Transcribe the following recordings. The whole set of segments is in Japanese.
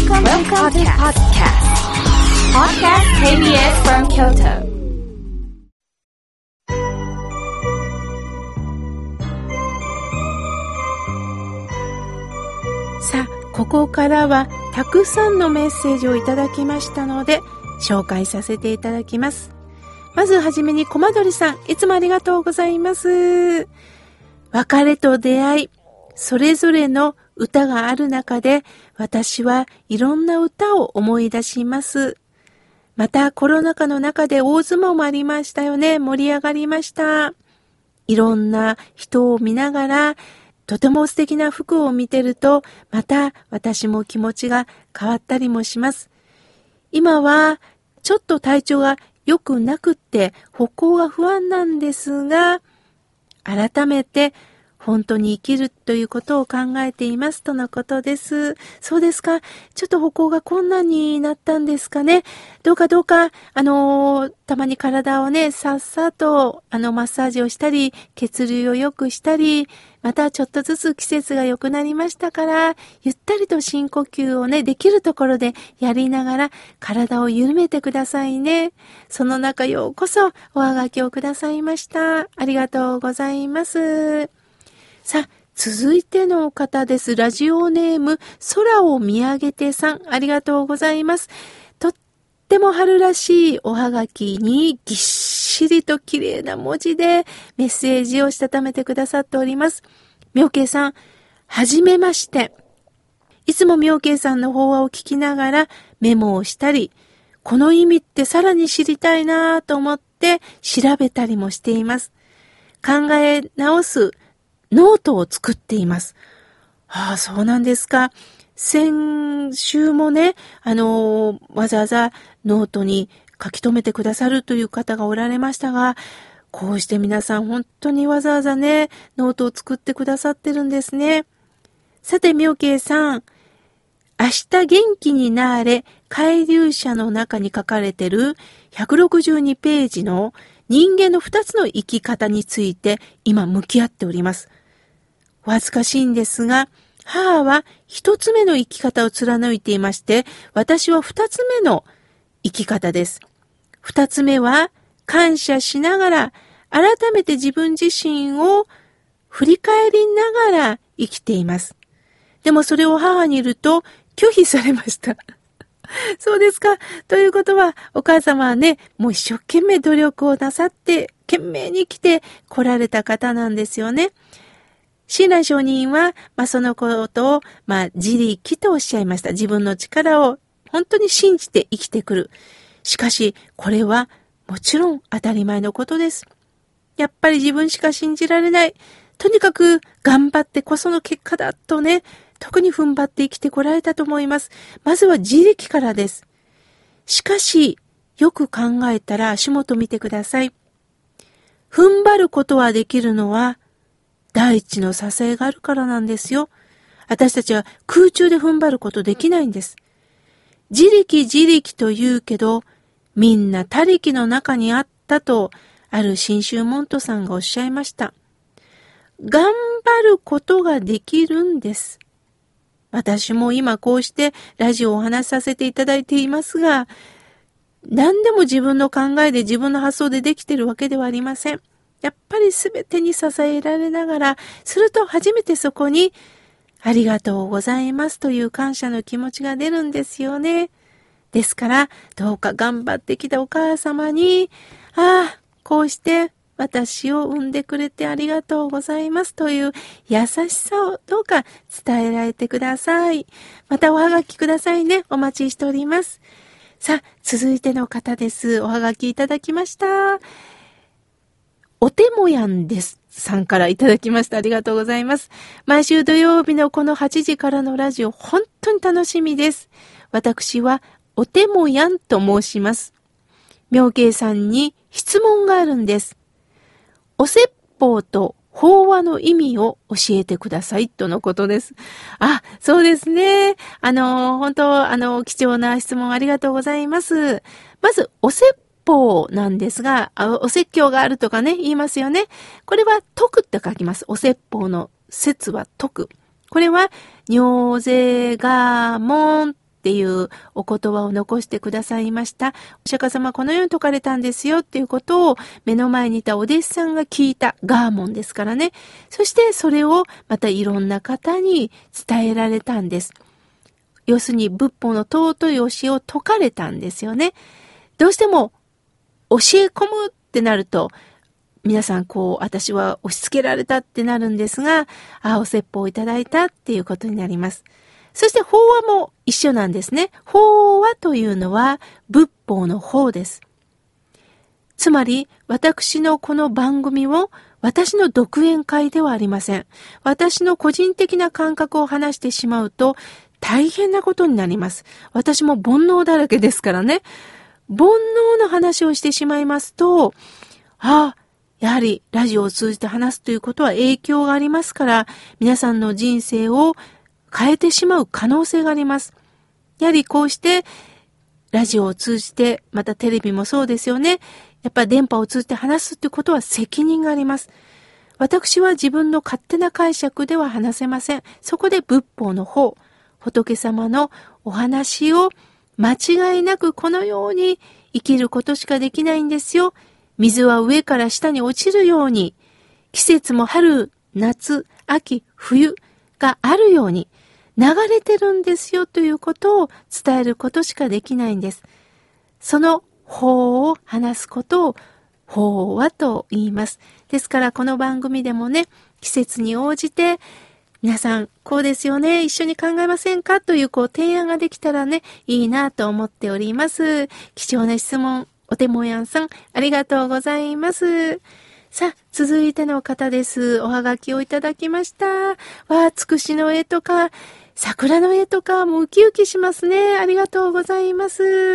Welcome to podcast. Podcast KBS from Kyoto. さあ、ここからはたくさんのメッセージをいただきましたので紹介させていただきます。まずはじめにコマドリさん、いつもありがとうございます。別れと出会い、それぞれの歌がある中で私はいろんな歌を思い出します。またコロナ禍の中で大相撲もありましたよね。盛り上がりました。いろんな人を見ながらとても素敵な服を見てるとまた私も気持ちが変わったりもします。今はちょっと体調が良くなくって歩行が不安なんですが、改めて本当に生きるということを考えていますとのことです。そうですか。ちょっと歩行が困難になったんですかね。どうかたまに体をね、さっさとマッサージをしたり、血流を良くしたり、またちょっとずつ季節が良くなりましたから、ゆったりと深呼吸をね、できるところでやりながら体を緩めてくださいね。その中ようこそおはがきをくださいました。ありがとうございます。さあ、続いての方です。ラジオネーム、空を見上げてさん、ありがとうございます。とっても春らしいおはがきにぎっしりと綺麗な文字でメッセージをしたためてくださっております。妙慶さん、はじめまして。いつも妙慶さんの法話を聞きながらメモをしたり、この意味ってさらに知りたいなと思って調べたりもしています。考え直すノートを作っています。ああ、そうなんですか。先週もね、わざわざノートに書き留めてくださるという方がおられましたが、こうして皆さん本当にわざわざね、ノートを作ってくださってるんですね。さて、妙慶さん、明日元気になれ、海流者の中に書かれている162ページの人間の2つの生き方について今向き合っております。お恥ずかしいんですが、母は一つ目の生き方を貫いていまして、私は二つ目の生き方です。二つ目は感謝しながら、改めて自分自身を振り返りながら生きています。でもそれを母に言うと拒否されました。そうですか。ということは、お母様はね、もう一生懸命努力をなさって、懸命に生きて来られた方なんですよね。親鸞上人は、そのことを、自力とおっしゃいました。自分の力を本当に信じて生きてくる。しかし、これはもちろん当たり前のことです。やっぱり自分しか信じられない。とにかく頑張ってこその結果だとね、特に踏ん張って生きてこられたと思います。まずは自力からです。しかし、よく考えたら足元見てください。踏ん張ることはできるのは、大地の支えがあるからなんですよ。私たちは空中で踏ん張ることできないんです。自力と言うけど、みんな他力の中にあったと、ある真宗門徒さんがおっしゃいました。頑張ることができるんです。私も今こうしてラジオをお話しさせていただいていますが、何でも自分の考えで自分の発想でできているわけではありません。やっぱりすべてに支えられながら、すると初めてそこにありがとうございますという感謝の気持ちが出るんですよね。ですから、どうか頑張ってきたお母様に、こうして私を産んでくれてありがとうございますという優しさをどうか伝えられてください。またおはがきくださいね。お待ちしております。さあ、続いての方です。おはがきいただきました。おてもやんですさんからいただきました。ありがとうございます。毎週土曜日のこの8時からのラジオ、本当に楽しみです。私はおてもやんと申します。妙慶さんに質問があるんです。お説法と法話の意味を教えてくださいとのことです。そうですね。本当、貴重な質問ありがとうございます。まず、お説法なんですが、お説教があるとかね、言いますよね。これは説くって書きます。お説法の説は説く。これは、尿税が門っていうお言葉を残してくださいました。お釈迦様このように説かれたんですよっていうことを目の前にいたお弟子さんが聞いたガーモンですからね。そしてそれをまたいろんな方に伝えられたんです。要するに仏法の尊い教えを説かれたんですよね。どうしても教え込むってなると、皆さん私は押し付けられたってなるんですが、お説法をいただいたっていうことになります。そして法話も一緒なんですね。法話というのは仏法の法です。つまり私のこの番組を私の独演会ではありません。私の個人的な感覚を話してしまうと大変なことになります。私も煩悩だらけですからね。煩悩の話をしてしまいますと、やはりラジオを通じて話すということは影響がありますから、皆さんの人生を変えてしまう可能性があります。やはりこうしてラジオを通じて、またテレビもそうですよね。やっぱり電波を通じて話すということは責任があります。私は自分の勝手な解釈では話せません。そこで仏法の法、仏様のお話を間違いなくこのように生きることしかできないんですよ。水は上から下に落ちるように、季節も春、夏、秋、冬があるように流れてるんですよということを伝えることしかできないんです。その法を話すことを法話と言います。ですからこの番組でもね、季節に応じて皆さんこうですよね、一緒に考えませんかという提案ができたらね、いいなと思っております。貴重な質問、おてもやんさんありがとうございます。さあ、続いての方です。おはがきをいただきました。つくしの絵とか桜の絵とかもウキウキしますね。ありがとうございます。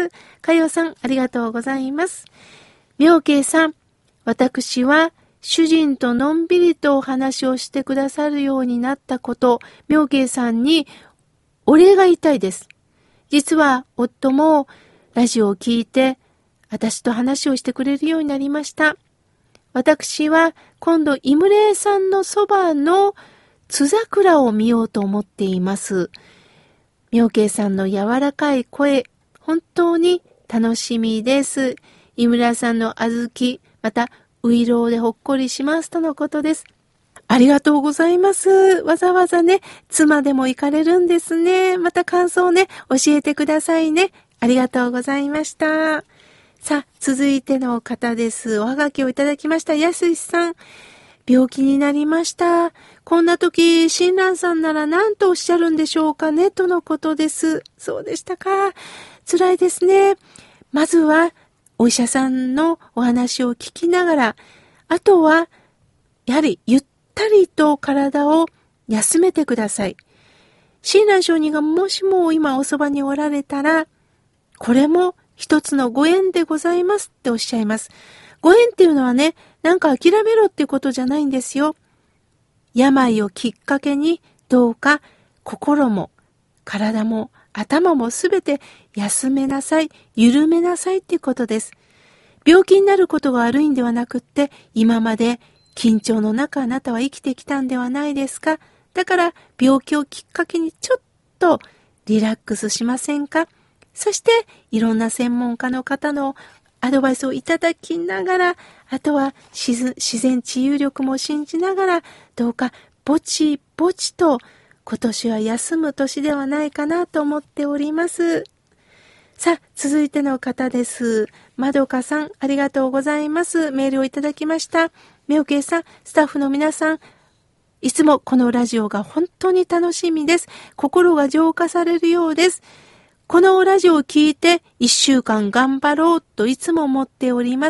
かよさんありがとうございます。妙慶さん、私は主人とのんびりとお話をしてくださるようになったこと、妙慶さんにお礼が言いたいです。実は夫もラジオを聞いて私と話をしてくれるようになりました。私は今度イムレイさんのそばのつ桜を見ようと思っています。妙慶さんの柔らかい声、本当に楽しみです。井村さんの小豆、またういろうでほっこりしますとのことです。ありがとうございます。わざわざね、妻でも行かれるんですね。また感想をね、教えてくださいね。ありがとうございました。さあ、続いての方です。おはがきをいただきました。やすしさん。病気になりました。こんな時、親鸞さんなら何とおっしゃるんでしょうかねとのことです。そうでしたか。辛いですね。まずは、お医者さんのお話を聞きながら、あとは、やはりゆったりと体を休めてください。親鸞上人がもしも今おそばにおられたら、これも一つのご縁でございますっておっしゃいます。ご縁っていうのはね、なんか諦めろっていうことじゃないんですよ。病をきっかけにどうか心も体も頭もすべて休めなさい、緩めなさいっていうことです。病気になることが悪いんではなくって、今まで緊張の中あなたは生きてきたんではないですか。だから病気をきっかけにちょっとリラックスしませんか。そしていろんな専門家の方のアドバイスをいただきながら、あとは自然治癒力も信じながら、どうかぼちぼちと今年は休む年ではないかなと思っております。さあ、続いての方です。まどかさん、ありがとうございます。メールをいただきました。めおけいさん、スタッフの皆さん、いつもこのラジオが本当に楽しみです。心が浄化されるようです。このラジオを聞いて1週間頑張ろうといつも思っております。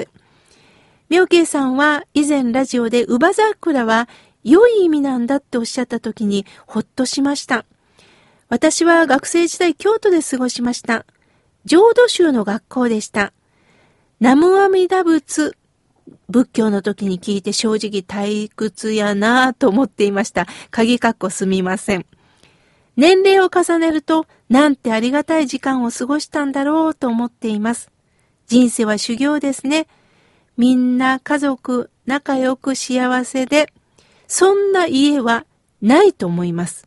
みょうけいさんは以前ラジオで乳母桜は良い意味なんだっておっしゃった時にほっとしました。私は学生時代京都で過ごしました。浄土宗の学校でした。南無阿弥陀仏、仏教の時に聞いて正直退屈やなぁと思っていました。鍵括弧すみません。年齢を重ねるとなんてありがたい時間を過ごしたんだろうと思っています。人生は修行ですね。みんな家族仲良く幸せで、そんな家はないと思います。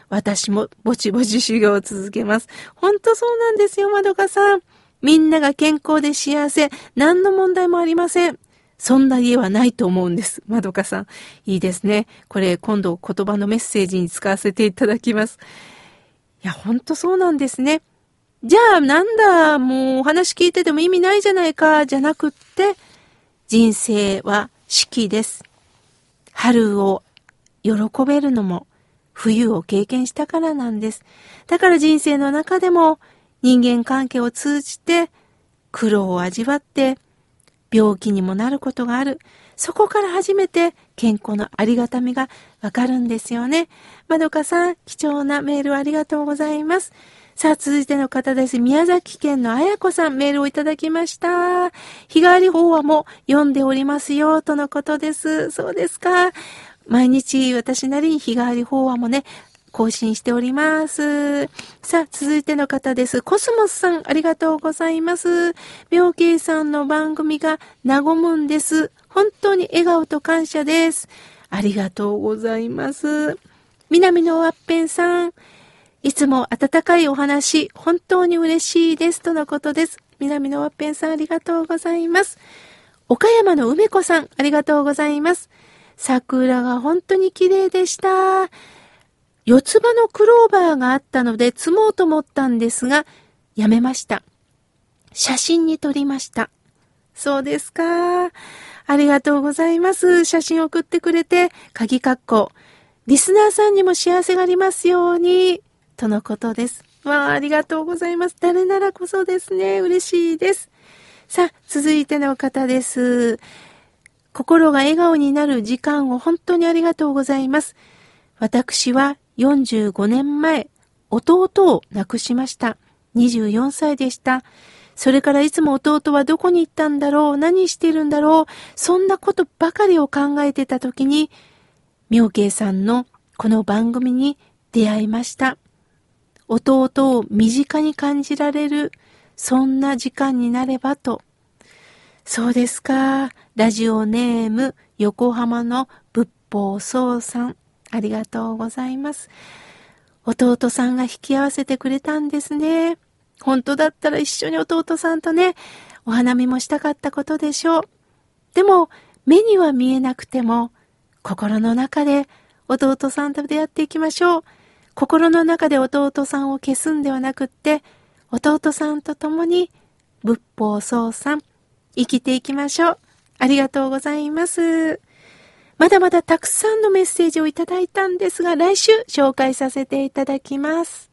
私もぼちぼち修行を続けます。ほんとそうなんですよ、まどかさん。みんなが健康で幸せ、何の問題もありません。そんな家はないと思うんです。まどかさん。いいですね。これ今度言葉のメッセージに使わせていただきます。いや、ほんとそうなんですね。じゃあなんだ、もうお話聞いてても意味ないじゃないか、じゃなくって、人生は四季です。春を喜べるのも冬を経験したからなんです。だから人生の中でも人間関係を通じて苦労を味わって病気にもなることがある。そこから初めて健康のありがたみがわかるんですよね。まどかさん、貴重なメールありがとうございます。さあ、続いての方です。宮崎県のあやこさん、メールをいただきました。日替わり法話も読んでおりますよ、とのことです。そうですか。毎日私なりに日替わり法話もね、更新しております。さあ、続いての方です。コスモスさん、ありがとうございます。妙慶さんの番組が和むんです。本当に笑顔と感謝です。ありがとうございます。南のワッペンさん、いつも温かいお話、本当に嬉しいです。とのことです。南のワッペンさん、ありがとうございます。岡山の梅子さん、ありがとうございます。桜が本当に綺麗でした。四つ葉のクローバーがあったので摘もうと思ったんですが、やめました。写真に撮りました。そうですか。ありがとうございます。写真を送ってくれて、鍵括弧。リスナーさんにも幸せがありますように、とのことです。ありがとうございます。誰ならこそですね。嬉しいです。さあ、続いての方です。心が笑顔になる時間を本当にありがとうございます。私は45年前、弟を亡くしました。24歳でした。それからいつも弟はどこに行ったんだろう、何してるんだろう、そんなことばかりを考えてたときに、妙慶さんのこの番組に出会いました。弟を身近に感じられる、そんな時間になればと。そうですか。ラジオネーム、横浜の仏法僧さん。ありがとうございます。弟さんが引き合わせてくれたんですね。本当だったら一緒に弟さんとね、お花見もしたかったことでしょう。でも、目には見えなくても、心の中で弟さんと出会っていきましょう。心の中で弟さんを消すんではなくって、弟さんと共に仏法僧さん、生きていきましょう。ありがとうございます。まだまだたくさんのメッセージをいただいたんですが、来週紹介させていただきます。